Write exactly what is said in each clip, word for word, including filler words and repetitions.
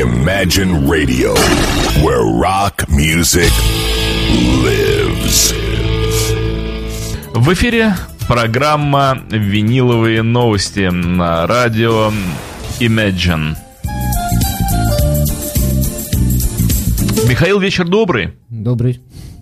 Imagine Radio, where rock music lives. В эфире программа «Виниловые новости» на радио Imagine. Михаил, вечер добрый. Добрый.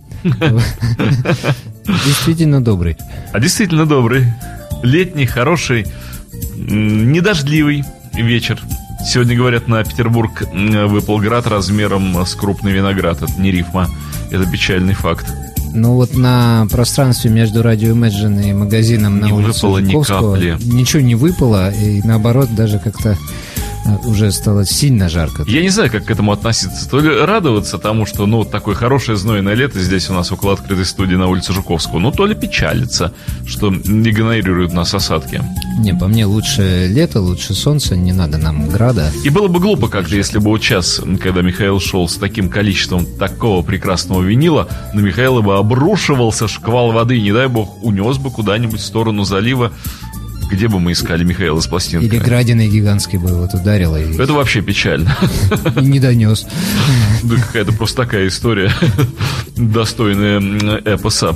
Действительно добрый. А действительно добрый. Летний, хороший, недождливый вечер. Сегодня, говорят, на Петербург выпал град размером с крупный виноград. Это не рифма, это печальный факт. Ну вот на пространстве между радио Imagine и магазином на не улице выпало ни капли. Ничего не выпало, и наоборот даже как-то уже стало сильно жарко. Я не знаю, как к этому относиться. То ли радоваться тому, что ну вот такое хорошее знойное лето здесь у нас около открытой студии на улице Жуковского, ну то ли печалиться, что игнорируют нас осадки. Не, по мне лучше лето, лучше солнце, не надо нам града. И было бы глупо как-то, если бы вот сейчас, когда Михаил шел с таким количеством такого прекрасного винила, на Михаила бы обрушивался шквал воды, и, не дай бог, унес бы куда-нибудь в сторону залива. Где бы мы искали Михаила с пластинкой? Или градиной гигантской бы вот ударило. И... Это вообще печально. И не донес. Да какая-то просто такая история, достойная эпоса.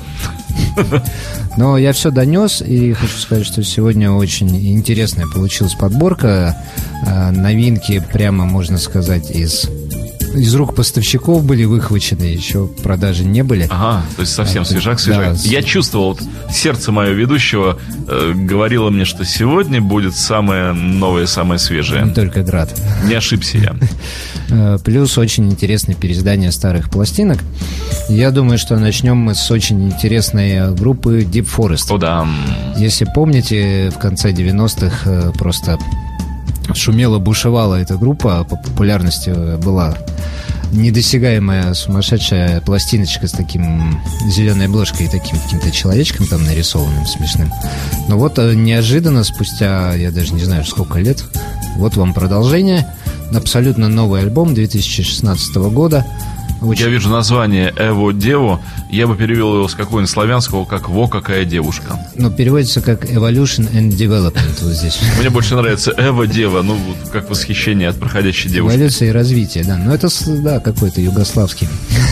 Но я все донес, и хочу сказать, что сегодня очень интересная получилась подборка. Новинки, прямо можно сказать, из... Из рук поставщиков были выхвачены, еще в продаже не были. Ага, то есть совсем а, свежак-свежак. Да. Я чувствовал, вот, сердце мое ведущего э, говорило мне, что сегодня будет самое новое, самое свежее. Не только град. Не ошибся я. Плюс очень интересное переиздание старых пластинок. Я думаю, что начнем мы с очень интересной группы Deep Forest. О, да. Если помните, в конце девяностых просто... шумела, бушевала эта группа, по популярности была недосягаемая сумасшедшая пластиночка с таким зеленой обложкой и таким каким-то человечком там нарисованным смешным. Но вот неожиданно, спустя, я даже не знаю, сколько лет, вот вам продолжение. Абсолютно новый альбом две тысячи шестнадцатого года. Очень... Я вижу название «Эво Дево». Я бы перевел его с какого-нибудь славянского, как «Во, какая девушка». Ну, переводится как «Evolution and Development» вот здесь. Мне больше нравится «Эво Дева», ну, как восхищение от проходящей девушки. Эволюция и развитие, да. Ну, это, да, какой-то югославский.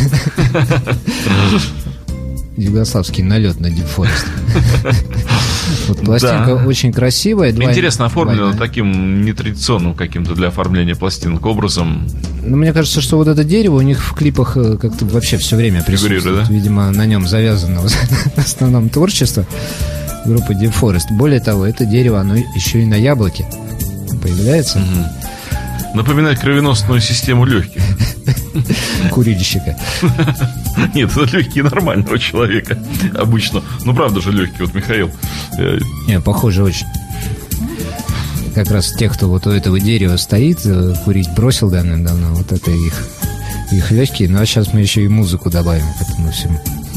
Югославский налет на Deep Forest. Вот пластинка да. очень красивая. Интересно оформлена двойная. Таким нетрадиционным каким-то для оформления пластинок образом. Ну, мне кажется, что вот это дерево у них в клипах как-то вообще все время присутствует. Да? Видимо, на нем завязано в основном творчество группы Deep Forest. Более того, это дерево, оно еще и на яблоке появляется. Угу. Напоминает кровеносную систему легких. Курильщика. Нет, это легкие нормального человека обычно. Ну, правда же легкие, вот Михаил. Не, похоже очень. Как раз те, кто вот у этого дерева стоит, курить бросил давным-давно, вот это их, их легкие. Ну, а сейчас мы еще и музыку добавим к этому всему.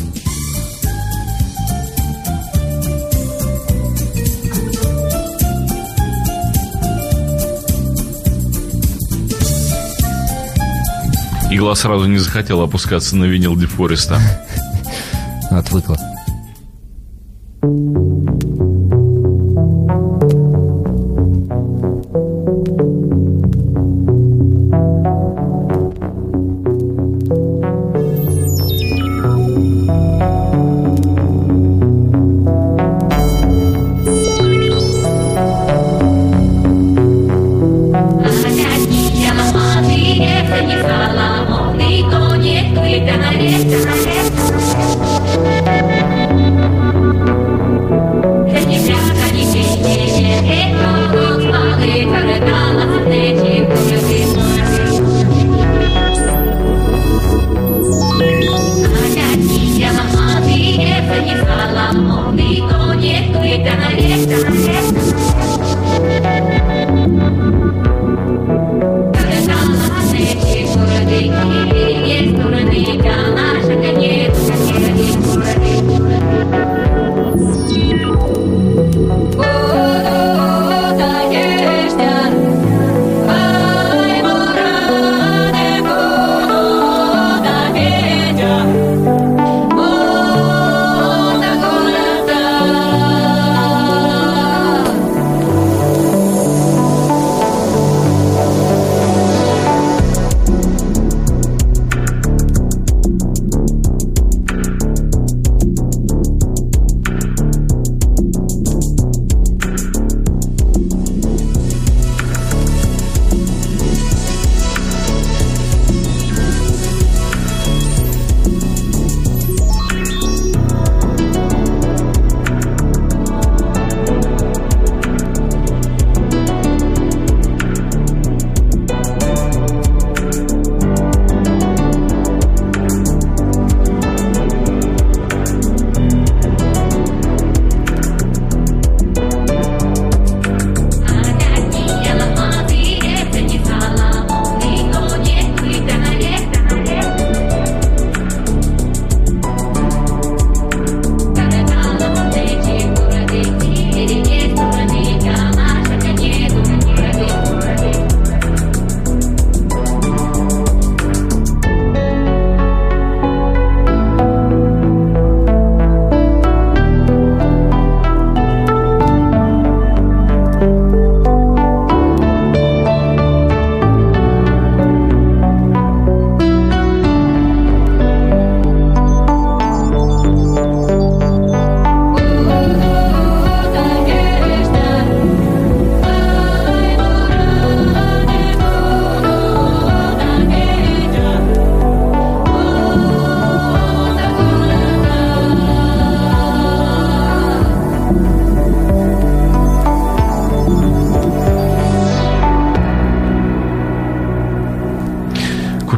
Игла сразу не захотела опускаться на винил Deep Forest. Отвыкла. Thank you.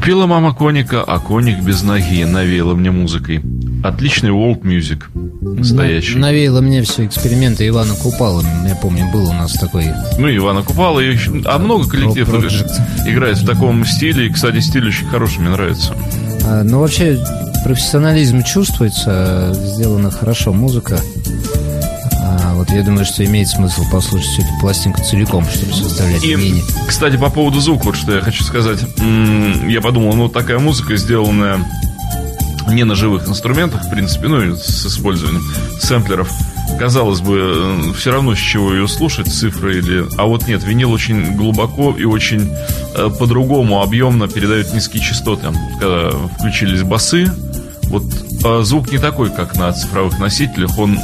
Купила мама коника, а коник без ноги навеяла мне музыкой. Отличный world music. Настоящий. На, навеяло мне все эксперименты Ивана Купала. Я помню, был у нас такой... Ну, Ивана Купала, и еще... а много коллективов играет в таком стиле. И, кстати, стиль очень хороший, мне нравится. А, ну, вообще, профессионализм чувствуется. Сделана хорошо музыка. А, вот я думаю, что имеет смысл послушать всю эту пластинку целиком, чтобы составлять и, мнение. Кстати, по поводу звука, вот что я хочу сказать. Я подумал, ну, такая музыка, сделанная не на живых инструментах, в принципе, ну, и с использованием сэмплеров. Казалось бы, все равно с чего ее слушать, цифры или... А вот нет, винил очень глубоко и очень э, по-другому объемно передает низкие частоты. Когда включились басы, вот э, звук не такой, как на цифровых носителях. Он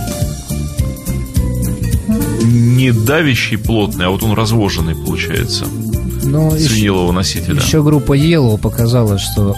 не давящий, плотный, а вот он развоженный получается. Ну, с еще, винилового носителя. Еще группа Yellow показала, что...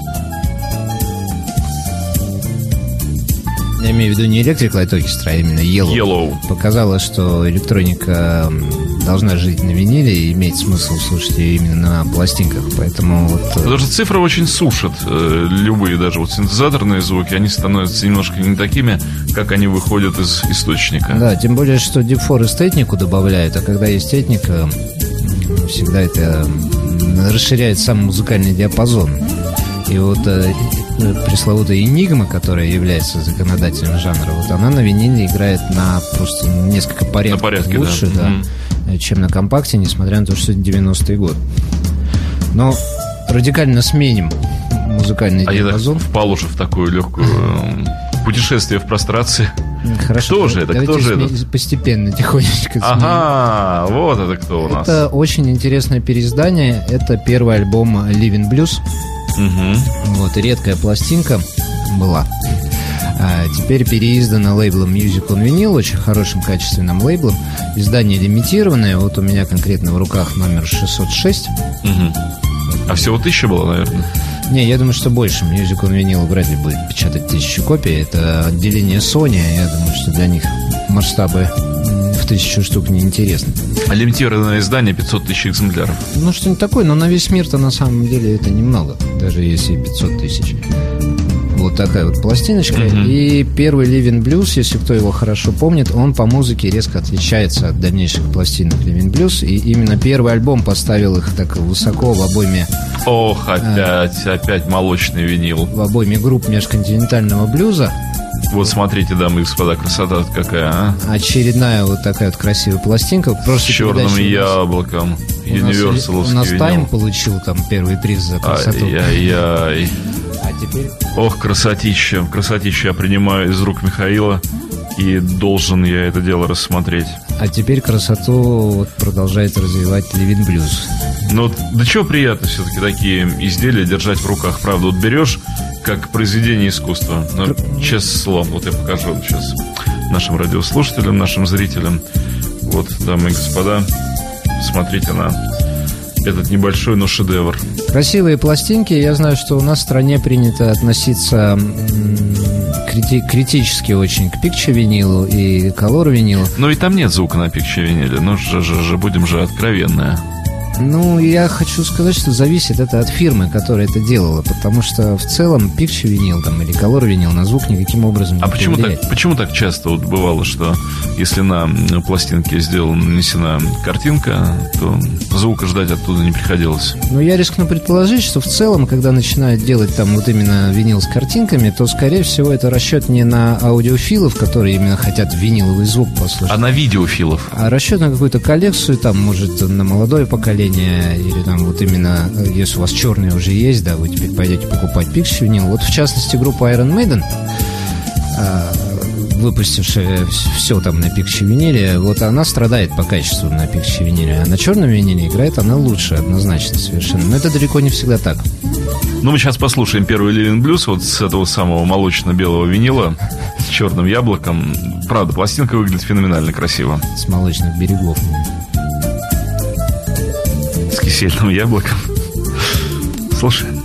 Я имею в виду не Electric Light Orchestra, а именно Yellow. Yellow. Показала, что электроника должна жить на виниле и иметь смысл слушать ее именно на пластинках. Поэтому вот... Потому что цифры очень сушат. Э, любые даже вот синтезаторные звуки, они становятся немножко не такими, как они выходят из источника. Да, тем более, что Deep Forest этнику добавляют, а когда есть этника, всегда это расширяет сам музыкальный диапазон. И вот э, пресловутая «Энигма», которая является законодателем жанра, вот она на виниле играет на просто несколько порядков на порядке, лучше, да. Да, mm-hmm. чем на компакте, несмотря на то, что это девяностый год. Но радикально сменим музыкальный а диапазон. А я впал уже в такую легкую путешествие в прострации. Хорошо, кто же это? Кто же это? Постепенно, тихонечко. Ага, сменим. Вот это кто у нас. Это очень интересное переиздание. Это первый альбом Living Blues. Угу. Вот, редкая пластинка была. А теперь переиздана лейблом Music on Vinyl, очень хорошим качественным лейблом. Издание лимитированное. Вот у меня конкретно в руках номер шестьсот шесть. Угу. А всего тысяча было, наверное? Не, я думаю, что больше. Music on Vinyl вряд ли будет печатать тысячу копий. Это отделение Sony. Я думаю, что для них масштабы в тысячу штук неинтересны. А лимитированное издание пятьсот тысяч экземпляров. Ну, что-нибудь такое, но на весь мир-то на самом деле это немного. Даже если пятьсот тысяч. Вот такая вот пластиночка. Uh-huh. И первый Living Blues, если кто его хорошо помнит, он по музыке резко отличается от дальнейших пластинок Living Blues. И именно первый альбом поставил их так высоко в обойме... Ох, опять, а, опять молочный винил. В обойме групп межконтинентального блюза. Вот смотрите, дамы и господа, красота какая, а? Очередная вот такая вот красивая пластинка. С черным яблоком. Universal. У нас Тайм получил там первый приз за красоту. Ай-яй-яй. А теперь... Ох, красотища. Красотища я принимаю из рук Михаила. И должен я это дело рассмотреть. А теперь красоту вот продолжает развивать Living Blues. Ну, да чего приятно все-таки такие изделия держать в руках. Правда, вот берешь как произведение искусства. Ну, честное слово, вот я покажу сейчас нашим радиослушателям, нашим зрителям. Вот, дамы и господа, смотрите на этот небольшой, но шедевр. Красивые пластинки. Я знаю, что у нас в стране принято относиться крити- критически очень к пикче-винилу и колор-винилу. Но и там нет звука на пикче-виниле. Ну, же, же, же, будем же откровенные. Ну, я хочу сказать, что зависит это от фирмы, которая это делала, потому что в целом пикче-винил там, или колор-винил на звук никаким образом не А почему влияет. так, почему так часто вот бывало, что если на пластинке сделана, нанесена картинка, то звука ждать оттуда не приходилось? Ну, я рискну предположить, что в целом, когда начинают делать там вот именно винил с картинками, то, скорее всего, это расчет не на аудиофилов, которые именно хотят виниловый звук послушать, а на видеофилов. А расчет на какую-то коллекцию, там, может, на молодое поколение, или там вот именно, если у вас черный уже есть, да, вы теперь пойдете покупать пикче-винил. Вот в частности группа Iron Maiden, выпустившая все там на пикче-виниле, вот она страдает по качеству на пикче-виниле, а на черном виниле играет она лучше, однозначно совершенно. Но это далеко не всегда так. Ну, мы сейчас послушаем первый Living Blues вот с этого самого молочно-белого винила с черным яблоком. Правда, пластинка выглядит феноменально красиво. С молочных берегов. С кисельным яблоком. Слушаем.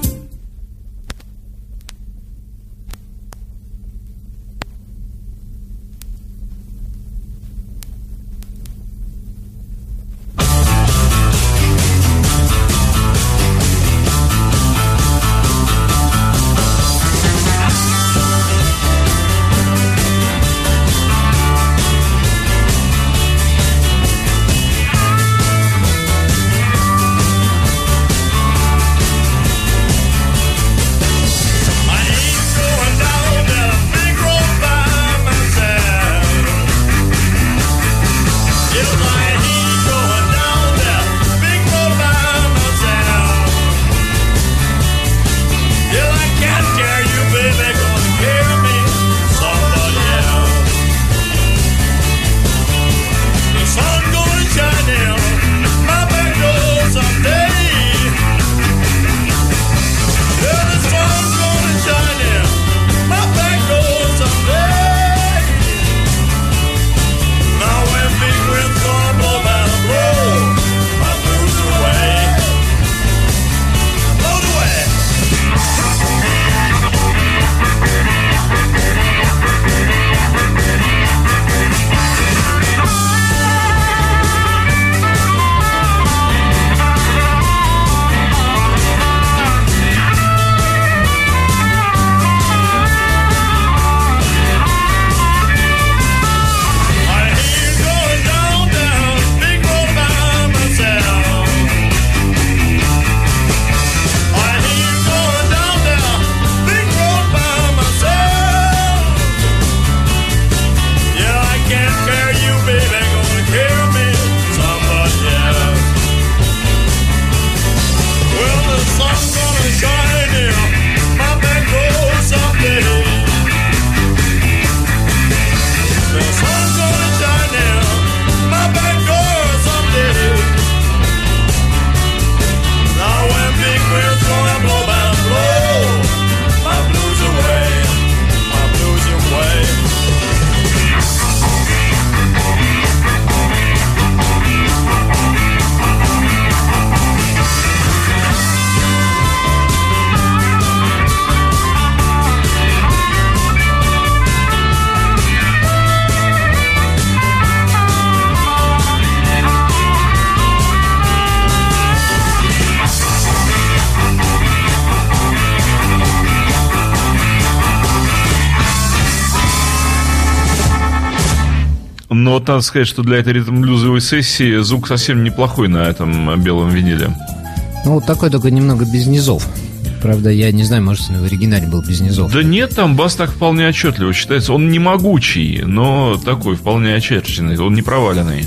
Ну вот надо сказать, что для этой ритм-блюзовой сессии звук совсем неплохой на этом белом виниле. Ну вот такой, только немного без низов. Правда, я не знаю, может, он в оригинале был без низов. Да нет, там бас так вполне отчетливо считается. Он не могучий, но такой вполне очерченный. Он не проваленный.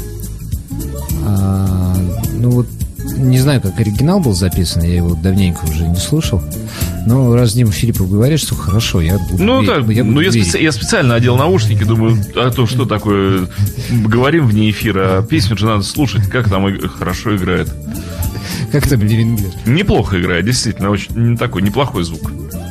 А, ну вот, не знаю, как оригинал был записан. Я его давненько уже не слушал. Но раз Дима Филиппов говорит, что хорошо, я буду Ну верить, так, я буду ну я, специ... я специально одел наушники, думаю, а то что такое, говорим вне эфира, а песню же надо слушать, как там и... хорошо играет. Как там Living Blues? Неплохо играет, действительно, очень такой неплохой звук.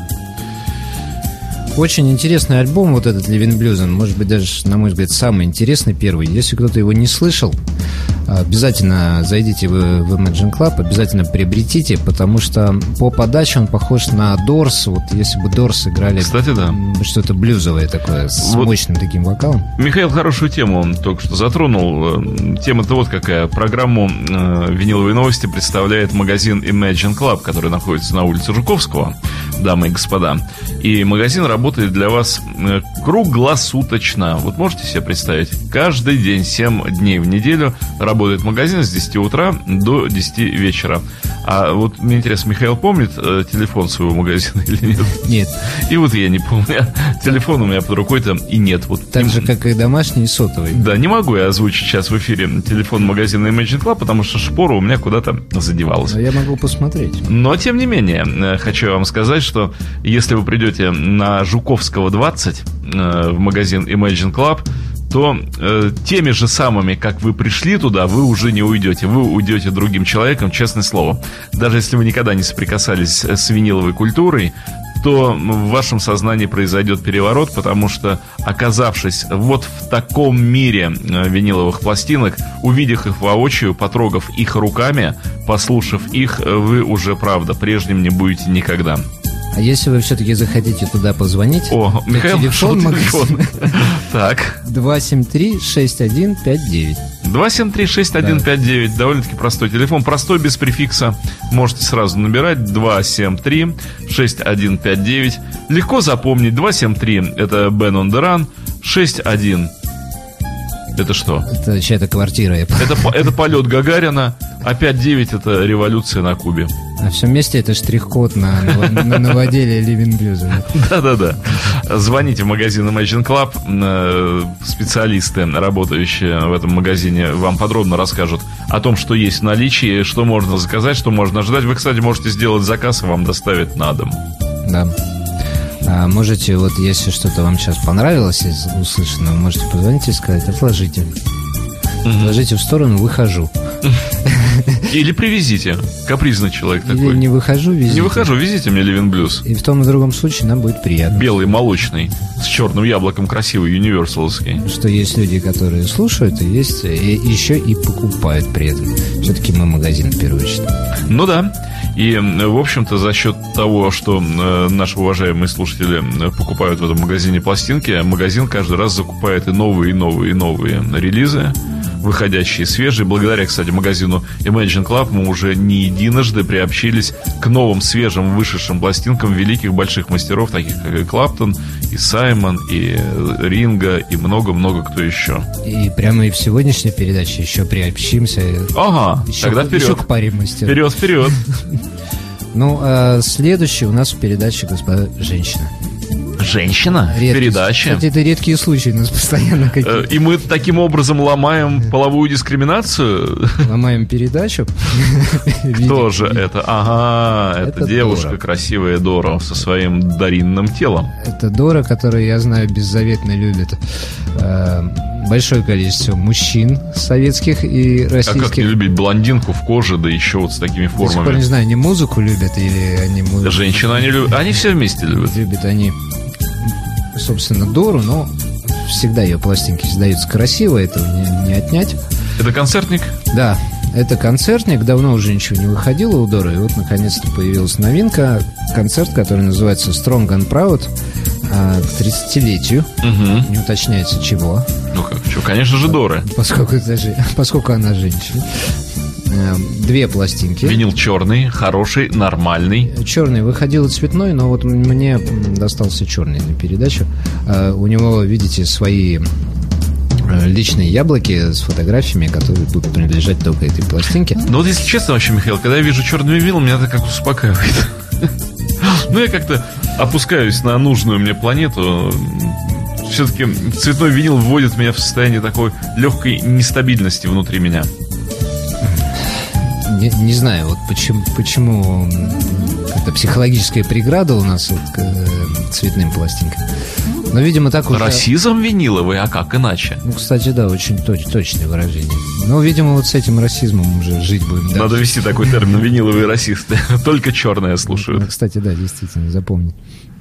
Очень интересный альбом, вот этот Living Blues. Может быть, даже, на мой взгляд, самый интересный первый. Если кто-то его не слышал, обязательно зайдите в, в Imagine Club, обязательно приобретите, потому что по подаче он похож на Doors. Вот если бы Doors играли, кстати, да, что-то блюзовое такое, с вот мощным таким вокалом. Михаил хорошую тему он только что затронул. Тема-то вот какая. Программу э, «Виниловые новости» представляет магазин Imagine Club, который находится на улице Жуковского, дамы и господа. И магазин работает для вас э, круглосуточно. Вот можете себе представить? Каждый день, семь дней в неделю работает магазин с десяти утра до десяти вечера. А вот мне интересно, Михаил помнит э, телефон своего магазина или нет? Нет. И вот я не помню. Телефон у меня под рукой-то и нет. Вот так не... же, как и домашний, и сотовый. Да, не могу я озвучить сейчас в эфире телефон магазина Imagine Club, потому что шпора у меня куда-то задевалась. Но я могу посмотреть. Но, тем не менее, хочу вам сказать, что если вы придете на Жуковского двадцать э, в магазин Imagine Club, то э, теми же самыми, как вы пришли туда, вы уже не уйдете. Вы уйдете другим человеком, честное слово. Даже если вы никогда не соприкасались с виниловой культурой, то в вашем сознании произойдет переворот, потому что, оказавшись вот в таком мире виниловых пластинок, увидев их воочию, потрогав их руками, послушав их, вы уже, правда, прежним не будете никогда. А если вы все-таки захотите туда позвонить, О, Михаил, телефон магазина так. два семь три шесть один пять девять. два семь три шесть один пять девять. Довольно-таки простой телефон. Простой, без префикса. Можете сразу набирать два семь три шесть один пять девять. Легко запомнить. два семь три это Ben on the Run. шесть один это что? Это чья-то квартира. Это, это полет Гагарина. А пять девять это революция на Кубе. А все вместе это штрих-код на, на, на новоделие Living Blues. Да-да-да. Звоните в магазин Imagine Club. Специалисты, работающие в этом магазине, вам подробно расскажут о том, что есть в наличии, что можно заказать, что можно ждать. Вы, кстати, можете сделать заказ, и вам доставят на дом. Да. А можете, вот если что-то вам сейчас понравилось из услышанного, можете позвонить и сказать: отложите. Mm-hmm. Отложите в сторону, выхожу. Или привезите. Капризный человек Или такой. не выхожу, везите. Не выхожу, везите мне Living Blues. И в том и в другом случае нам будет приятно. Белый, молочный, с черным яблоком, красивый, универсаловский. Что есть люди, которые слушают, и есть и еще и покупают при этом. Все-таки мы магазин в первую очередь. Ну да. И, в общем-то, за счет того, что наши уважаемые слушатели покупают в этом магазине пластинки, магазин каждый раз закупает и новые, и новые, и новые релизы, выходящие свежие. Благодаря, кстати, магазину Imagine Club мы уже не единожды приобщились к новым, свежим, вышедшим пластинкам великих больших мастеров, таких как и Клаптон, и Саймон, и Ринго, и много-много кто еще. И прямо и в сегодняшней передаче еще приобщимся. Ага, еще, тогда вперед. Еще к паре мастеров. Вперед, вперед. Ну, а следующий у нас в передаче, господа, женщина. Женщина? Редкий. Передача. Кстати, это редкие случаи у нас постоянно какие-то. И мы таким образом ломаем половую дискриминацию? Ломаем передачу. Кто же это? Ага, это девушка красивая Дора со своим даринным телом. Это Дора, которую, я знаю, беззаветно любит большое количество мужчин советских и российских. А как не любить блондинку в коже, да еще вот с такими формами? До сих пор не знаю, они музыку любят или они музыку... Женщины они любят, они все вместе любят. Любят они, собственно, Дору, но всегда ее пластинки издаются красиво, этого не, не отнять. Это концертник? Да, это концертник, давно уже ничего не выходило у Доры, и вот наконец-то появилась новинка, концерт, который называется Strong and Proud, к тридцатилетию, угу. Не уточняется чего. Ну как, что, конечно же, Доры. Поскольку, это же, поскольку она женщина. Две пластинки. Винил черный, хороший, нормальный. Черный, выходил и цветной, но вот мне достался черный на передачу. У него, видите, свои личные яблоки с фотографиями, которые будут принадлежать только этой пластинке. Ну вот если честно вообще, Михаил, когда я вижу черный винил, меня это как успокаивает. Ну я как-то опускаюсь на нужную мне планету. Все-таки цветной винил вводит меня в состояние такой легкой нестабильности внутри меня. Не, не знаю, вот почему, почему это психологическая преграда у нас вот к э, цветным пластинкам. Но, видимо, так уже... Расизм виниловый, а как иначе? Ну, кстати, да, очень точ- точное выражение. Но, видимо, вот с этим расизмом уже жить будем. Да? Надо ввести такой термин: виниловые расисты. Только черное слушают. Ну, кстати, да, действительно, запомни.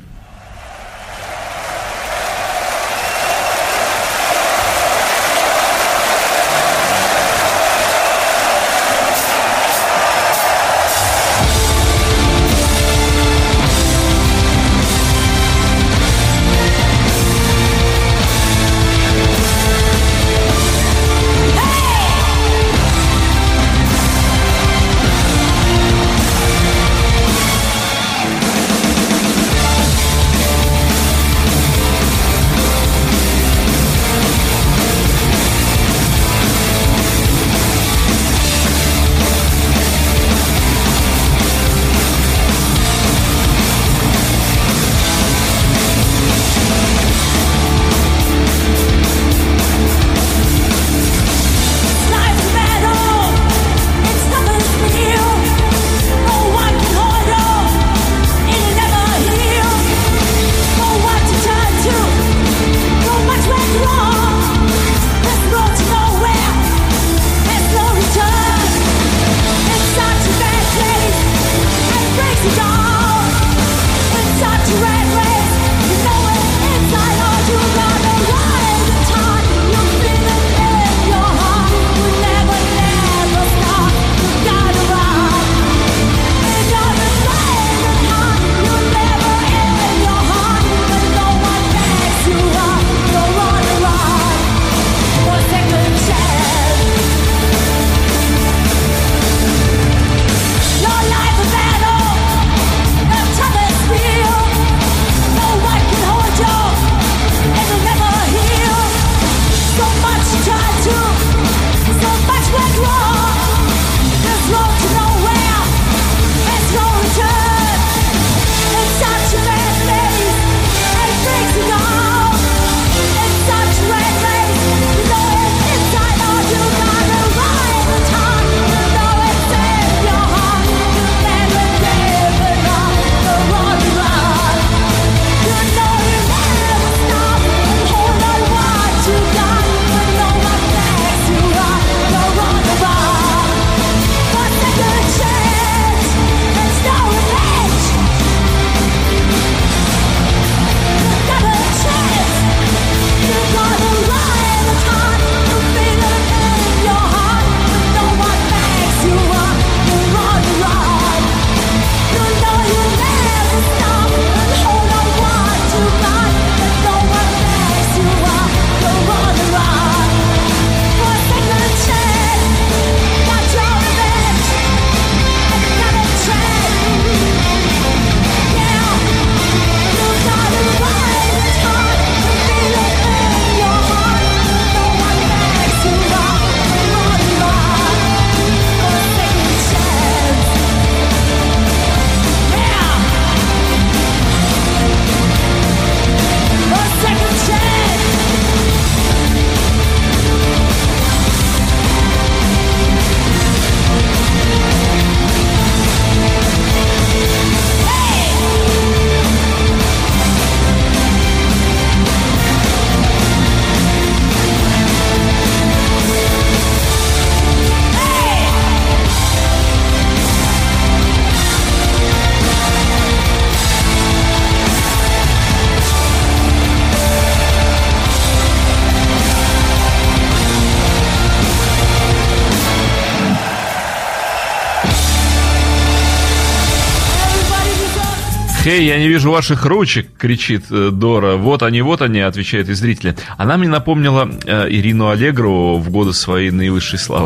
«Хей, я не вижу ваших ручек!» — кричит Дора. «Вот они, вот они!» — отвечает и зрители. Она мне напомнила э, Ирину Аллегрову в годы своей наивысшей славы.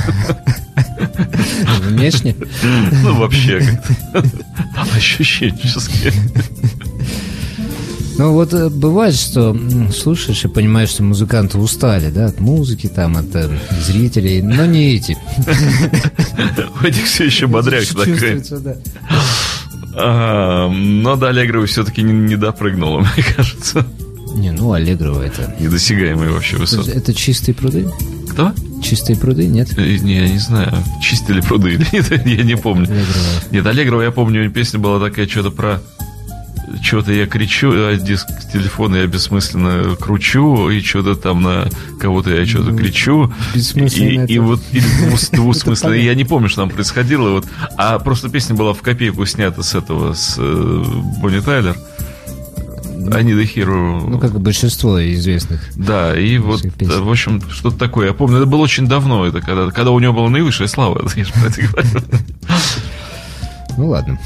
Внешне? Ну, вообще, как-то ощущенчески. Ну вот э, бывает, что м, слушаешь и понимаешь, что музыканты устали, да, от музыки, там, от э, зрителей, но не эти. У этих все еще бодряк такой. Чувствуется, да. А, но до Аллегровой все-таки не, не допрыгнула, мне кажется. Не, ну Аллегрова это... Недосягаемые вообще высоты. Это чистые пруды? Кто? Чистые пруды, нет? Э, Не, я не знаю, чистили пруды или нет, я не помню. Аллегрова. Нет, Аллегрова, я помню, песня была такая, что-то про... Что-то я кричу, а диск телефона я бессмысленно кручу, и что-то там на кого-то я что-то Ну, кричу. бессмысленно И, это- и вот или двус- двусмысленно. понятно. Я не помню, что там происходило. Вот. А просто песня была в копейку снята с этого, с э, Бонни Тайлер. Они the Hero. Ну, как и большинство известных. Да, и вот, всех песен. в общем, что-то такое. Я помню, это было очень давно, это когда, когда у него была наивысшая слава. Я же про это говорю. Ну, ладно.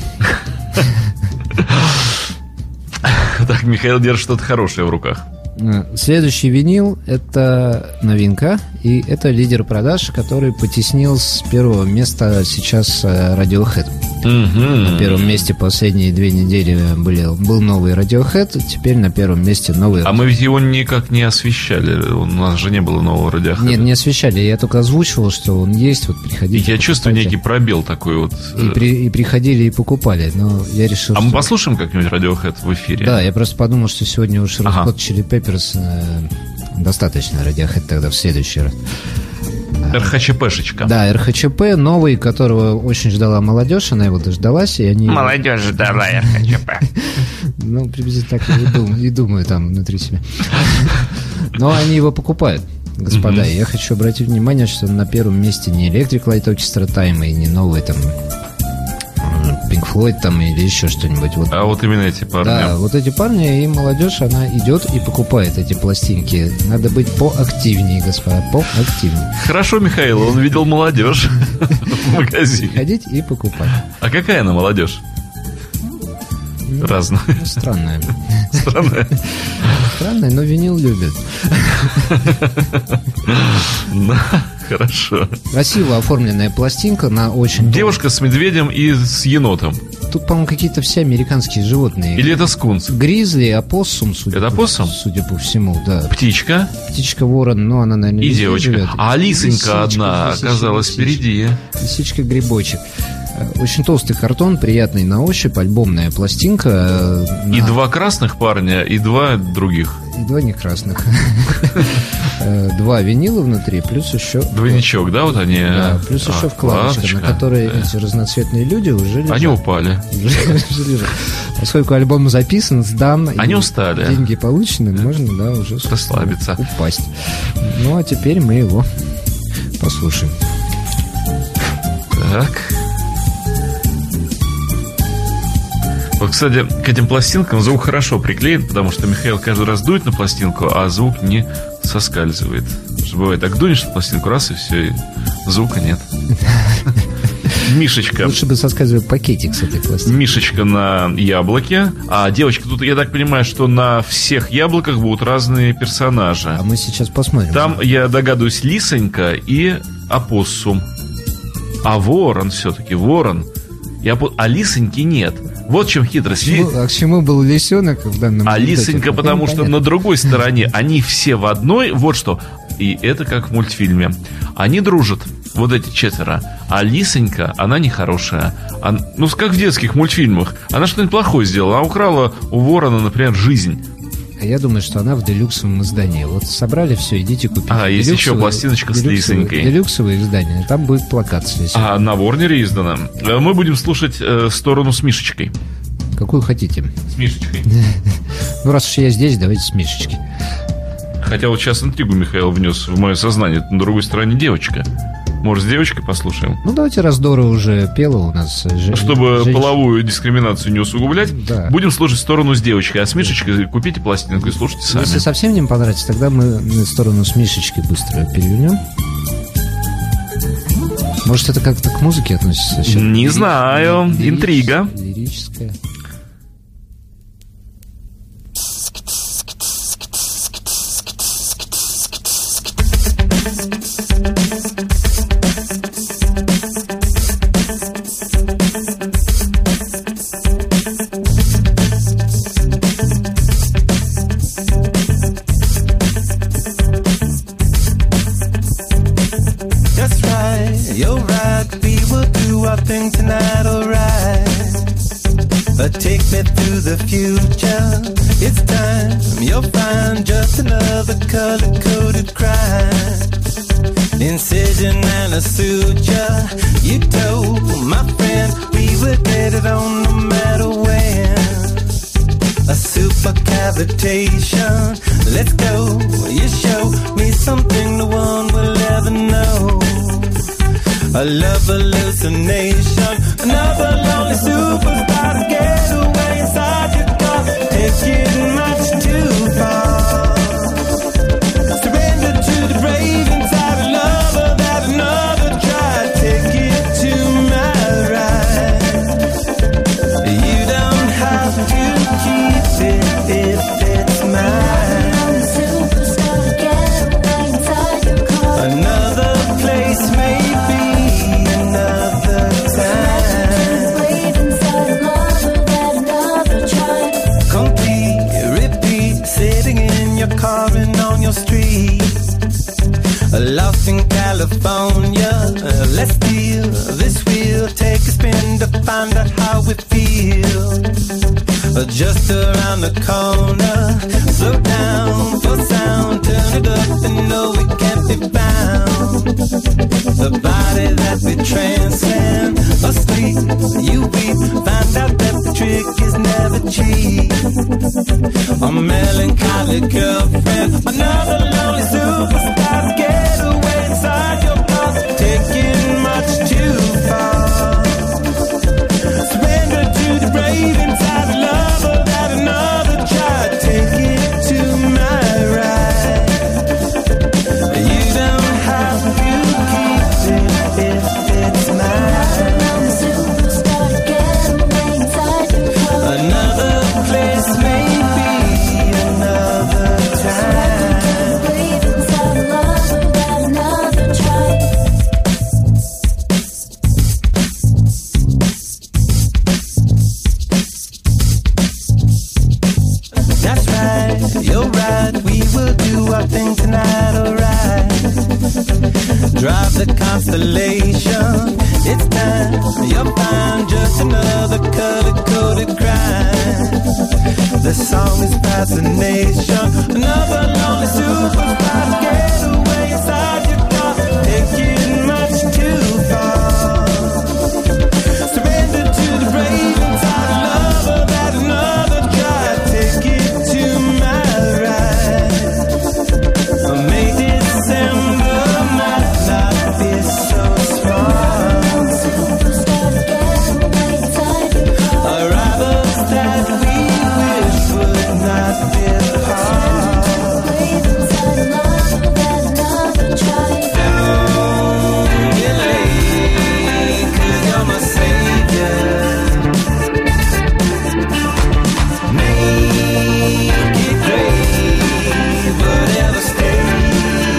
Так, Михаил держит что-то хорошее в руках. Э, Следующий винил – это новинка, и это лидер продаж, который потеснил с первого места сейчас э, Radiohead. На первом месте последние две недели были, был новый Radiohead, теперь на первом месте новый. А мы ведь его никак не освещали. У нас же не было нового Radiohead. Нет, не освещали, я только озвучивал, что он есть, вот И приходите. я чувствую покупайте. некий пробел такой вот. И, при- и приходили, и покупали, но я решил, А мы что- послушаем как-нибудь Radiohead в эфире? Да, я просто подумал, что сегодня уж Red Ага. Hot Chili Peppers э, достаточно, Radiohead тогда в следующий раз. РХЧПшечка. Да, РХЧП новый, которого очень ждала молодежь, она его дождалась, и они... Молодежь ждала РХЧП. Ну, приблизительно так я и дум- и думаю там внутри себя. Но они его покупают, господа. И я хочу обратить внимание, что на первом месте не Electric Light Orchestra Time и не новый там Pink Floyd там или еще что-нибудь. Вот. А вот именно эти парни. Да, вот эти парни и молодежь, она идет и покупает эти пластинки. Надо быть поактивнее, господа, поактивнее. Хорошо, Михаил, он видел молодежь в магазине. Ходить и покупать. А какая она молодежь? Разная. Ну, странная. Странная. Странная, но винил любят. Ну, хорошо. Красиво оформленная пластинка на очень... Девушка с медведем и с енотом. Тут, по-моему, какие-то все американские животные. Или это скунс? Гризли, опоссум, судя, Это по, опоссум? судя по всему, да. Птичка Птичка ворон, ну, она, наверное, и везде девочка. живет. А Алисонька Лисичка, одна лисичка, оказалась лисичка. впереди. Лисичка-грибочек. Э, Очень толстый картон, приятный на ощупь, альбомная пластинка. э, И на- два красных парня, и два других. И два не красных. Э, Два винила внутри, плюс еще... Двойничок, да, вот они? Да, плюс А, еще вкладочка, на вкладочка. которой Да. эти разноцветные люди уже лежат. Они упали. Уже лежат. Поскольку альбом записан, сдан, Они и устали. деньги получены, можно, да, уже собственно, Расслабиться. упасть. Ну, а теперь мы его послушаем. Так. Вот, кстати, к этим пластинкам звук хорошо приклеен, потому что Михаил каждый раз дует на пластинку, а звук не соскальзывает. Потому что бывает, так дунешь на пластинку, раз, и все, и звука нет. Мишечка. Лучше бы соскальзывал пакетик с этой пластинкой. Мишечка на яблоке. А девочка, тут я так понимаю, что на всех яблоках будут разные персонажи. А мы сейчас посмотрим. Там, я догадываюсь, лисонька и опоссум. А ворон все-таки, ворон. И опо- А лисоньки нет. Вот в чем хитрость. Ли- Почему- а к чему был лисенок в данном А анекдоте? лисонька, Ну, потому что понятно. на другой стороне они все в одной. Вот что. И это как в мультфильме. Они дружат, вот эти четверо. А лисонька, она нехорошая. Ан- Ну, как в детских мультфильмах. Она что-нибудь плохое сделала. Она украла у ворона, например, жизнь. А я думаю, что она в делюксовом издании. Вот собрали все, идите купите. А, есть еще Делюксовое- пластиночка с делюксовое- лисонькой. Делюксовое издание. Там будет плакат с лисенькой. А на Ворнере издана. Э, Мы будем слушать э, сторону с Мишечкой. Какую хотите. С Мишечкой. Ну, раз уж я здесь, давайте с Мишечки. Хотя вот сейчас интригу Михаил внес в мое сознание. На другой стороне девочка. Может, с девочкой послушаем? Ну, давайте Раздора уже пела у нас. э, же- Чтобы женщина. половую дискриминацию не усугублять, Да. будем слушать сторону с девочкой. А с Мишечкой купите пластинку и слушайте сами. Если совсем не понравится, тогда мы на сторону с Мишечкой быстро перевернем. Может, это как-то к музыке относится? Сейчас Не лири- знаю. лирич- Интрига. Лирическая. take me through the future. It's time, you'll find just another color-coded crime. Incision and a suture. You told my friend we would get it on no matter when. A super cavitation. Let's go. You show me something no one will ever know. A love hallucination. Another lonely superstar to get away inside your car. Taking much too far. Surrender to the brave inside a lover that another tried. Take it to my right. You don't have to keep it if it's mine. Another place, maybe another time. Complete, repeat, sitting in your car and on your street. Lost in California, let's steal this wheel. Take a spin to find out how we feel. Just around the corner, slow down for sound. Turn it up and know it can't be found. The body that we transcend, asleep, you weep. Find out that the trick is never cheap. A melancholy girlfriend, another lonely superstar. Get away inside your car, taking much too far. Surrender to the brave inside the lover that another tried. Take it to my right. You don't have to keep it if it's mine. Another place, maybe another time. That's right, you're right. We will do our thing tonight, alright. Drive the Constellation. It's time, you'll find just another color-coded crime. The song is fascination. Another lonely superstar to get away inside your car. Taking much too far. Surrender to the brave inside a lover that another tried. Take it to my right. May December might not be so strong. Arrivals that we wish would not depart. Don't get late, 'cause you're my savior. Make it great, whatever state.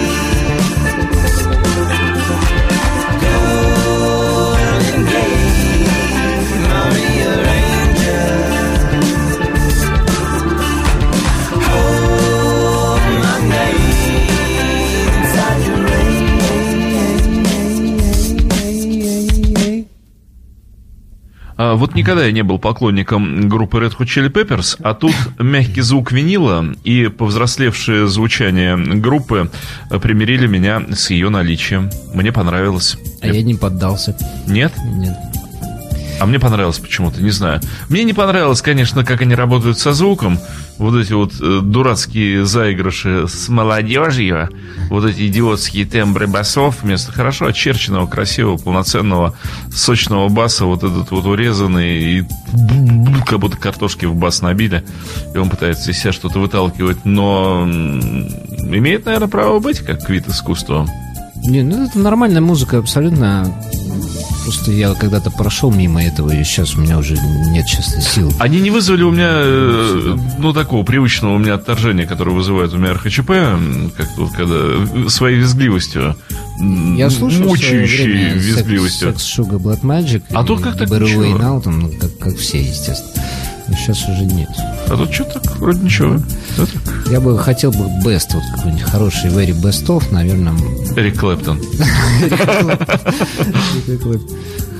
Golden Gate, Maria Ranger. Hold my name inside your rain. А, вот никогда я не был поклонником группы Red Hot Chili Peppers, а тут мягкий звук винила и повзрослевшее звучание группы примирили меня с ее наличием. Мне понравилось. А я не поддался. Нет? Нет. А мне понравилось почему-то, не знаю. Мне не понравилось, конечно, как они работают со звуком. Вот эти вот э, дурацкие заигрыши с молодежью. Вот эти идиотские тембры басов. Вместо хорошо очерченного, красивого, полноценного, сочного баса вот этот вот урезанный. И как будто картошки в бас набили. И он пытается из себя что-то выталкивать. Но имеет, наверное, право быть как вид искусства. Не, ну это нормальная музыка, абсолютно. Просто я когда-то прошел мимо этого, и сейчас у меня уже нет, честно, сил. Они не вызвали у меня, э, ну, такого привычного у меня отторжения, которое вызывает у меня эр эйч пэ, как-то вот когда своей визгливостью, я слушал мучающей визгливостью. Sex, Sugar, Blood Magic. А тут как-то ничего. Now, там, ну, как, как все, естественно. Но сейчас уже нет. А тут что-то так, вроде ничего. Да, так. Я бы хотел бы best, вот какой-нибудь хороший very best of, наверное. Эрик Клэптон.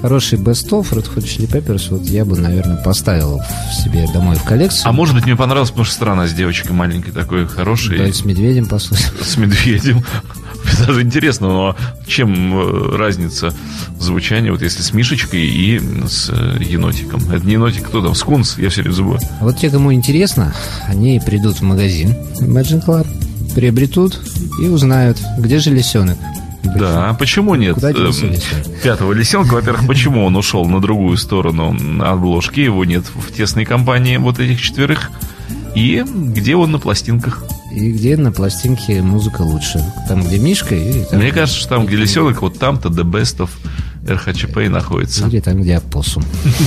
хороший best-of Red Hot Chili Peppers вот я бы, наверное, поставил в себе домой в коллекцию. А может быть, мне понравилось, потому что страна с девочкой маленькой такой хорошей. Да, и с медведем послушать. С медведем. Даже интересно, но чем разница звучания, вот если с Мишечкой и с енотиком? Это не енотик, кто там? Скунс, я все время забываю. А вот те, кому интересно, они придут в магазин Imagine Club, приобретут и узнают, где же лисенок. Да, почему нет? Куда делся лисенок? Пятого лисенка, во-первых, почему он ушел на другую сторону обложки, его нет в тесной компании вот этих четверых, и где он на пластинках? И где на пластинке музыка лучше? Там, где Мишка или там... Мне кажется, что там, где лисенок, вот там-то The Best of эр эйч си пи находится. Или там, где опоссум.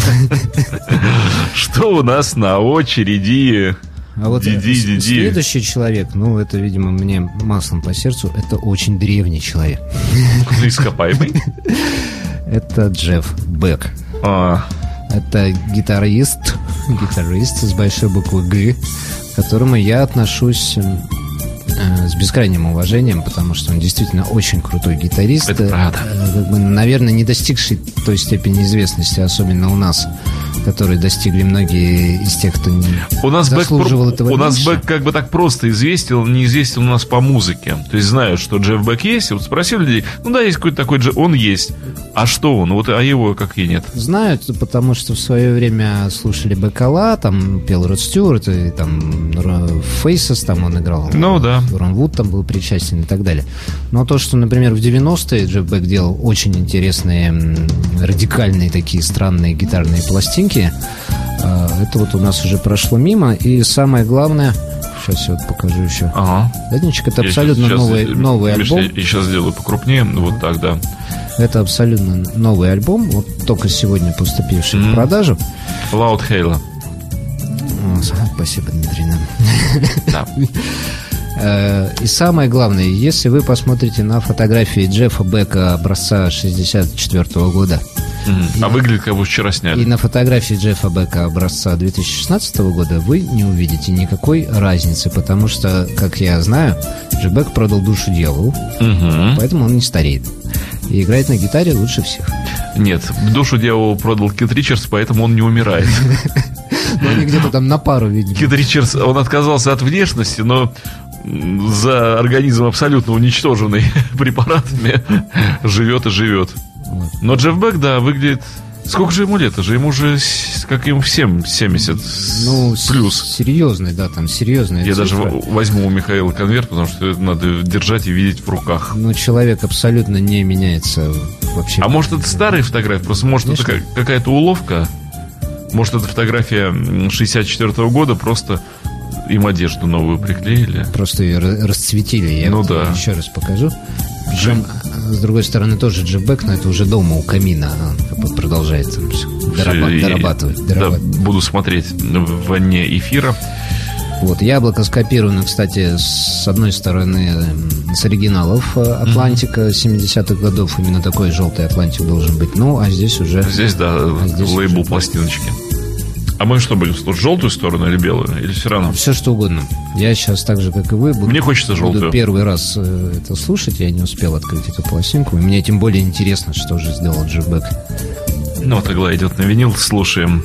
Что у нас на очереди? А вот следующий человек, ну, это, видимо, мне маслом по сердцу, это очень древний человек. Ископаемый? Это Джефф Бек. А. Это гитарист, гитарист с большой буквы «Г», к которому я отношусь э, с бескрайним уважением, потому что он действительно очень крутой гитарист. Это правда. Э, как бы, наверное, не достигший той степени известности, особенно у нас, которые достигли многие из тех, кто не у нас заслуживал Бэк, этого. У нас меньше. Бэк как бы так просто известен, не известен у нас по музыке. То есть знают, что Джефф Бек есть. Вот спросили людей, ну да, есть какой-то такой Джефф, он есть. А что он? Вот, а его как и нет. Знают, потому что в свое время слушали Бэкала, там пел Род Стюарт, и там Фейсес там он играл. Ну да. Рон Вуд там был причастен и так далее. Но то, что, например, в девяностые Джефф Бек делал очень интересные, радикальные такие странные гитарные пластинки, это вот у нас уже прошло мимо. И самое главное, сейчас я вот покажу еще. Ага. Датничек, это я абсолютно сейчас, новый, сейчас, новый Миш, альбом. Я сейчас сделаю покрупнее, вот так, да. Это абсолютно новый альбом, вот только сегодня поступивший mm-hmm. в продажу. Loud Halo. О, спасибо, Дмитрий. Да. И самое главное, если вы посмотрите на фотографии Джеффа Бека образца шестьдесят четвёртого года, mm-hmm. а выглядит, как бы вчера сняли. И на фотографии Джеффа Бека образца две тысячи шестнадцатого года вы не увидите никакой разницы, потому что, как я знаю, Джефф Бек продал душу дьяволу, mm-hmm. поэтому он не стареет. И играет на гитаре лучше всех. Нет, душу дьяволу продал Кит Ричардс, поэтому он не умирает. Ну, они где-то там на пару, видимо. Кит Ричардс, он отказался от внешности, но за организм абсолютно уничтоженный препаратами живет и живет. Но Джефф Бек, да, выглядит... Сколько же ему лет? Это же ему уже, как ему всем, семьдесят ну, плюс. Серьезный, да, там серьезная Я цифра. даже возьму у Михаила конверт, потому что это надо держать и видеть в руках. Ну, человек абсолютно не меняется вообще. А может, это старые фотографии? Просто может, Конечно. Это какая-то уловка? Может, это фотография шестьдесят четвёртого года, просто им одежду новую приклеили? Просто ее расцветили. Я ну вот да. еще раз покажу. Причем, с другой стороны, тоже Джефф Бек, но это уже дома у камина продолжает там дораба- дорабатывать. дорабатывать. Да, буду смотреть вне эфира. Вот, яблоко скопировано, кстати, с одной стороны с оригиналов Атлантика семидесятых годов. Именно такой желтый Атлантик должен быть. Ну, а здесь уже... Здесь, да, а здесь лейбл уже пластиночки. А мы что будем слушать? Желтую сторону или белую? Или все равно? Все что угодно. Я сейчас так же, как и вы, буду, мне хочется желтую. Буду первый раз э, это слушать. Я не успел открыть эту пластинку. И мне тем более интересно, что же сделал Джефф Бек. Ну, вот игла идет на винил, слушаем.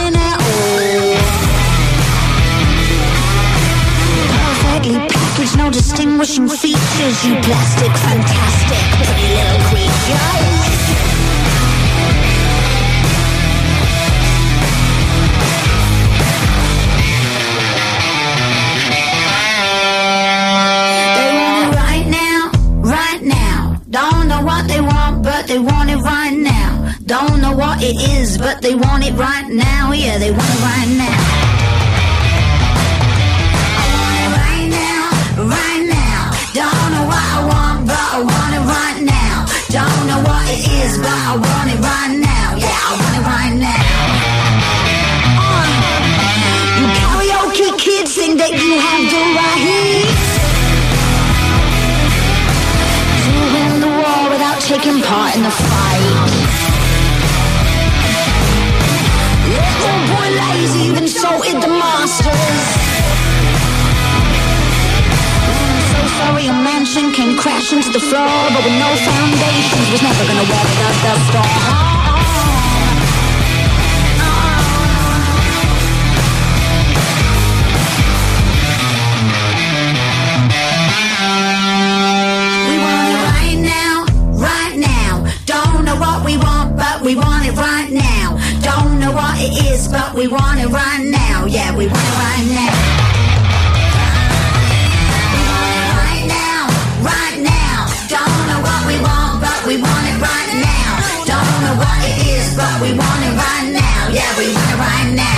No distinguishing features, you plastic, fantastic, pretty little creatures. Don't know what they want, but they want it right now. Don't know what it is, but they want it right now. Yeah, they want it right now. I want it right now, right now. Don't know what I want, but I want it right now. Don't know what it is, but I want it right now. Yeah, I want it right now. Uh, you karaoke kids think that you have the right. Taking part in the fight. Little boy lazy, even insulted the masters. So sorry a mansion came crashing to the floor, but with no foundations was never gonna weather the storm. We want it right now. Don't know what it is, but we want it right now. Yeah, we want it right now. We want it right now, right now. Don't know what we want, but we want it right now. Don't know what it is, but we want it right now. Yeah, we want it right now.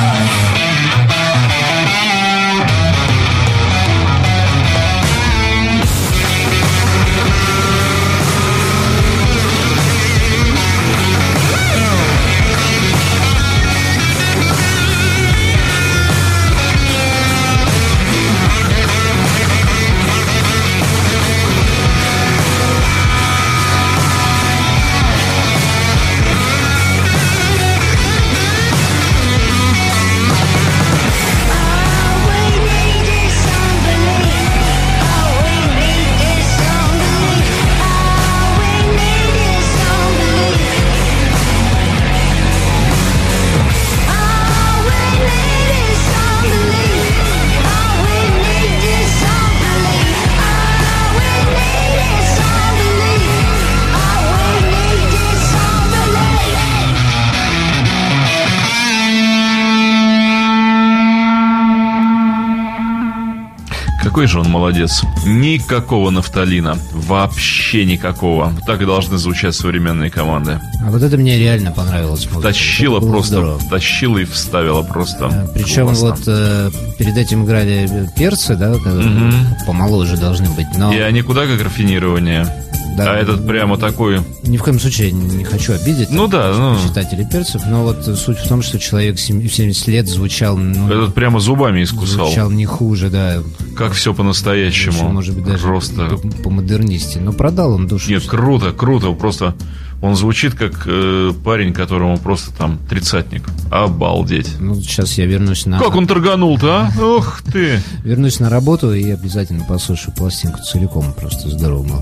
Какой же он молодец. Никакого нафталина. Вообще никакого. Так и должны звучать современные команды. А вот это мне реально понравилось. Музыка. Тащила просто, здорово. Тащила и вставила просто. Причем классно. Вот э, перед этим играли перцы, да, которые угу. помоложе должны быть. Но... И они куда как рафинирование. Да, а этот прямо такой... Ни в коем случае не хочу обидеть ну, да, ну... читателей перцев, но вот суть в том, что человек в семьдесят лет звучал... Ну, этот прямо зубами искусал. Звучал не хуже, да. Как все по-настоящему. Может быть, даже просто... по-модернисте. Но продал он душу. Нет, круто, круто. Просто он звучит как э, парень, которому просто там тридцатник. Обалдеть. Ну, сейчас я вернусь на... Как он торганул-то, а? Ох ты! Вернусь на работу и обязательно послушаю пластинку целиком. Просто здорово было.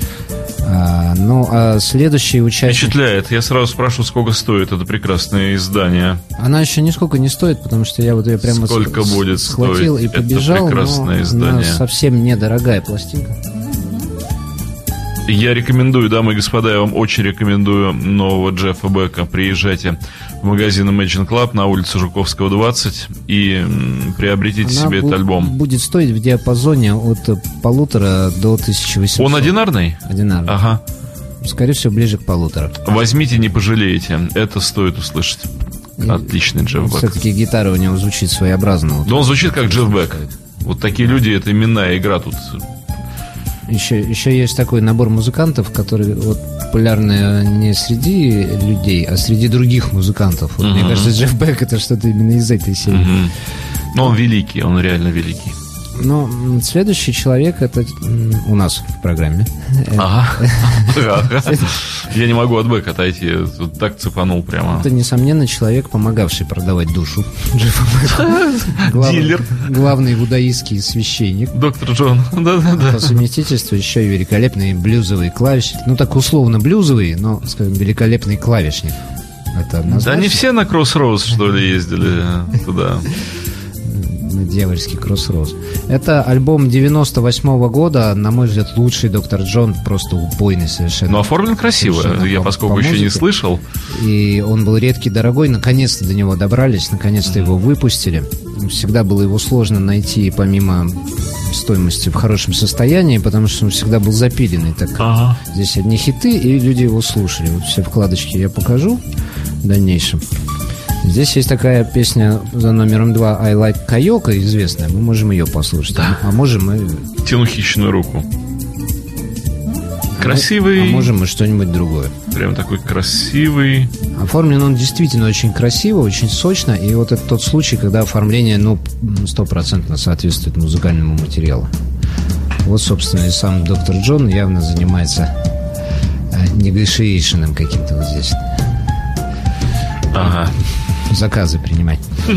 А, ну, а следующий участник... Впечатляет. Я сразу спрошу, сколько стоит это прекрасное издание. Она еще нисколько не стоит, потому что я вот ее прямо сколько с... будет схватил стоить и побежал. Это прекрасное но издание. Она совсем недорогая пластинка. Я рекомендую, дамы и господа, я вам очень рекомендую нового Джеффа Бека. Приезжайте в магазин Imagine Club на улице Жуковского, двадцать и приобретите Она себе бу- этот альбом. Будет стоить в диапазоне от полутора до тысячи восьмисот. Он одинарный? Одинарный. Ага. Скорее всего, ближе к полутора. Возьмите, не пожалеете. Это стоит услышать. И отличный Джефф Бек. Все-таки гитара у него звучит своеобразно. Вот да он звучит как Джефф Бек. Вот такие люди, это именная игра тут. Еще, еще есть такой набор музыкантов, которые вот, популярны не среди людей, а среди других музыкантов. Вот, uh-huh. Мне кажется, Джефф Бек это что-то именно из этой серии. Uh-huh. Но он великий, он реально великий. Ну, следующий человек это у нас в программе. Ага. Я не могу от Бека отойти. Тут так цепанул прямо. Это, несомненно, человек, помогавший продавать душу Джеффа Бека. Дилер. Главный буддаистский священник. Доктор Джон. Да-да-да. По совместительству еще и великолепный блюзовый клавишник. Ну, так условно блюзовый, но, скажем, великолепный клавишник. Это да не все на Кроссроуз, что ли, ездили туда. Дьявольский Кроссроуд. Это альбом девяносто восьмого года, на мой взгляд, лучший Доктор Джон, просто убойный совершенно. Но оформлен красиво, Совершенно я по- поскольку по еще не музыке. слышал. И он был редкий, дорогой, наконец-то до него добрались, наконец-то его выпустили. Всегда было его сложно найти, помимо стоимости, в хорошем состоянии, потому что он всегда был запиленный. Так Ага. здесь одни хиты, и люди его слушали. Вот все вкладочки я покажу в дальнейшем. Здесь есть такая песня за номером два «I Like Кайока», известная. Мы можем ее послушать. Да. А можем мы... Тяну хищную руку. Красивый, А можем мы что-нибудь другое. прям такой красивый. Оформлен он действительно очень красиво, очень сочно. И вот это тот случай, когда оформление, ну, стопроцентно соответствует музыкальному материалу. Вот, собственно, и сам Доктор Джон явно занимается негошиейшеном каким-то вот здесь. Ага. Заказы принимать.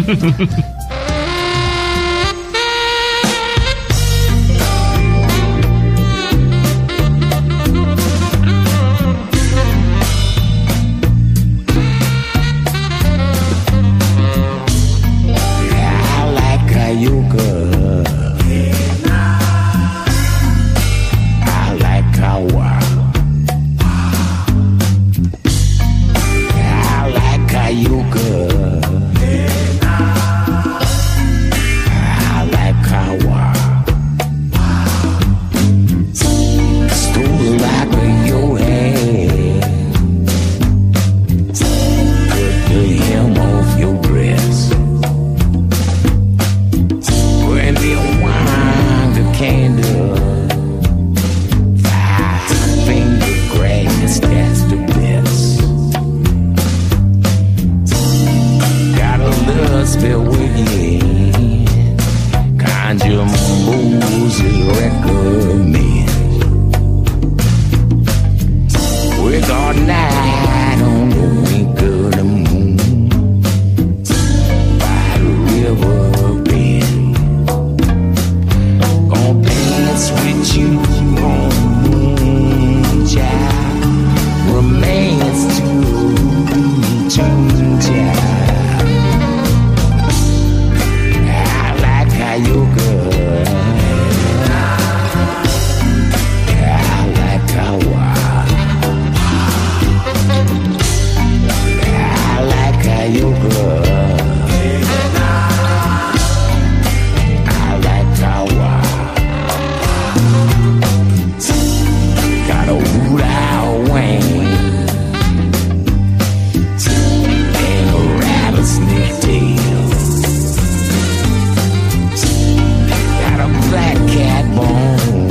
I like Cayuga. I like Kawa. I like Cayuga. I like Kawa. Stool like a your hand. Put the hem off your dress. When they wind the candle, five finger grass, that's the best. Got a little spell with you, conjure moves and recommend. Work all night on the wink of the moon by the river bend. Gonna dance with you on the moon, child. Romance to tune, child. I like Cayuga. I like Kawa. I like Cayuga. I like Kawa. Got a wood-owl wang and a rattlesnake tail. Got a black cat bone,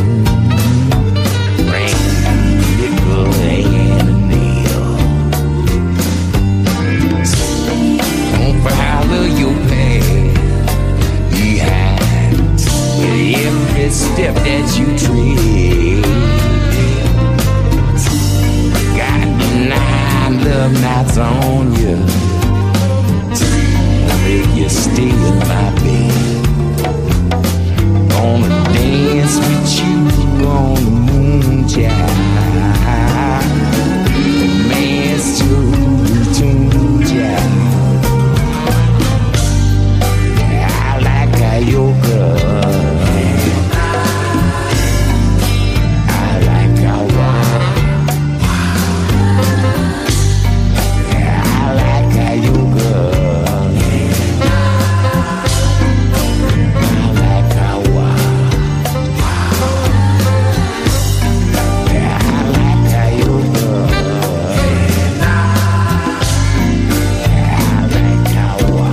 ring, nickel, and a nail. Don't follow your path behind with every step that you tread. Got nine love knots on you, make you stay in my bed. Gonna dance with you on the moon, child. Romance to tune, child. I like Cayuga. I like Kawa. I like Cayuga. I like Kawa. I like Cayuga. I like Kawa.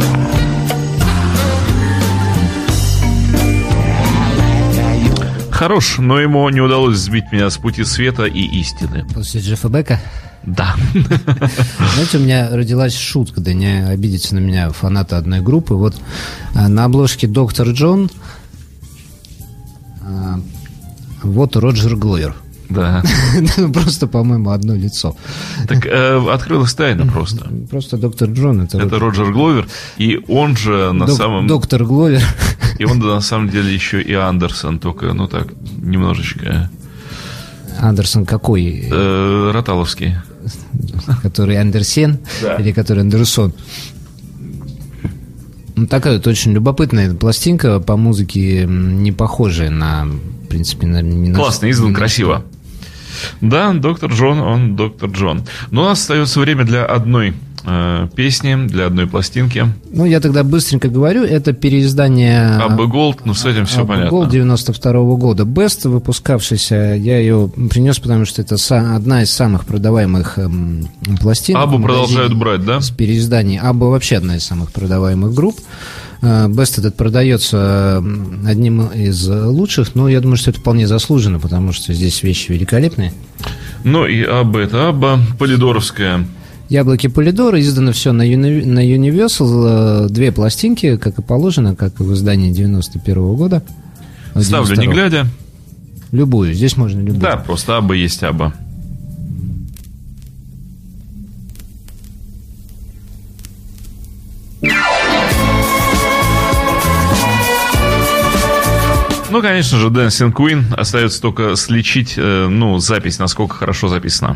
Хорош, но ему не удалось сбить меня с пути света и истины. После Джеффа Бека. Да. Знаете, у меня родилась шутка, да не обидится на меня фанаты одной группы. Вот а, на обложке Доктор Джон а, вот Роджер Гловер. Да. Ну, просто, по-моему, одно лицо. Так э, открылась тайна просто. Просто Доктор Джон это, Это Роджер Гловер, и он же на Док- самом... Доктор Гловер. И он на самом деле еще и Андерсон, только, ну так, немножечко. Андерсон какой? Э, Роталовский. Который Андерсен Да. или который Андерсон? Ну, такая вот очень любопытная пластинка, по музыке не похожая на, в принципе, на... на Классно, издан красиво. Да, доктор Джон, он доктор Джон. Но у нас остается время для одной э, песни, для одной пластинки. Ну, я тогда быстренько говорю, это переиздание... Абба Голд, ну, с этим все понятно. Абба Голд девяносто второго года. Best, выпускавшийся, я ее принес, потому что это са- одна из самых продаваемых эм, пластинок. Аббу продолжают брать, да? С переизданий. Абба вообще одна из самых продаваемых групп. Best этот продается одним из лучших, но я думаю, что это вполне заслуженно, потому что здесь вещи великолепные. Ну и Абба, это Абба, Полидоровская. Яблоки Полидора, издано все на, Uni- на Universal, две пластинки, как и положено, как и в издании девяносто первого года. Ставлю не глядя. Любую, здесь можно любую. Да, просто Абба есть Абба. Ну, конечно же, Dancing Queen. Остается только сличить, э, ну, запись, насколько хорошо записана.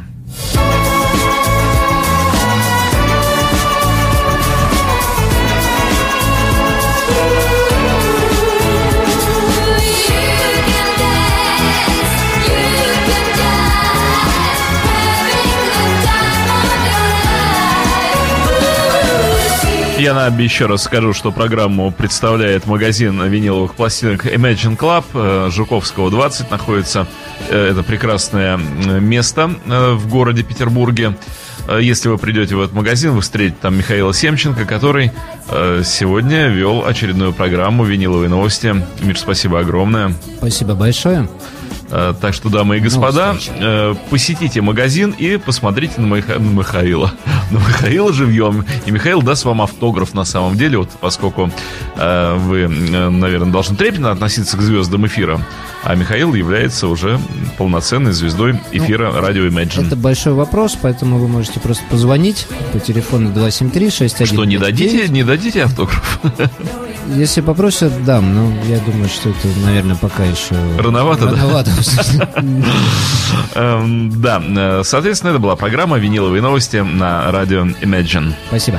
Я на еще раз скажу, что программу представляет магазин виниловых пластинок Imagine Club. Жуковского двадцать находится. Это прекрасное место в городе Петербурге. Если вы придете в этот магазин, вы встретите там Михаила Семченко, который сегодня вел очередную программу «Виниловые новости». Миш, спасибо огромное. Спасибо большое. Так что, дамы и господа, ну, посетите магазин и посмотрите на, Миха... на Михаила. На Михаила живьем. И Михаил даст вам автограф на самом деле, вот поскольку э, вы, наверное, должны трепетно относиться к звездам эфира. А Михаил является уже полноценной звездой эфира ну, радио Imagine. Это большой вопрос, поэтому вы можете просто позвонить по телефону два семь три шесть один пять девять. Что, не дадите, не дадите автограф? Если попросят, дам. Но я думаю, что это, наверное, пока еще... Рановато, Рановато. Да, соответственно, это была программа «Виниловые новости» на радио Imagine. Спасибо.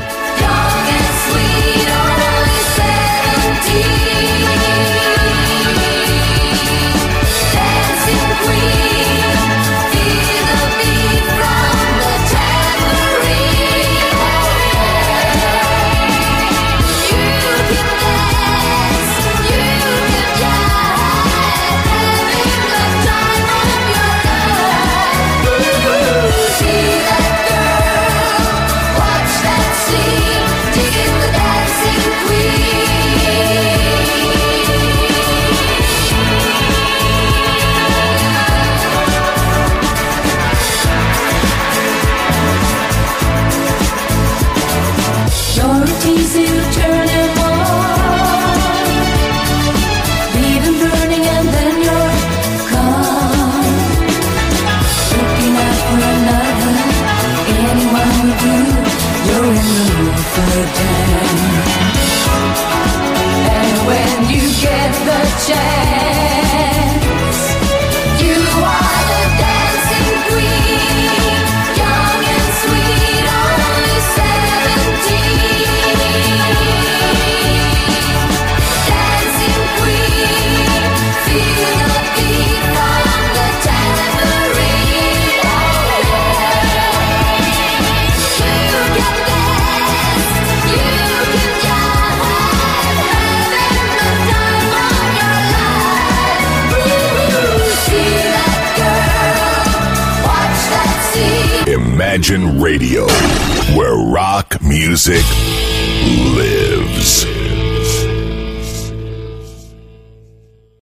Imagine Radio, where rock music lives.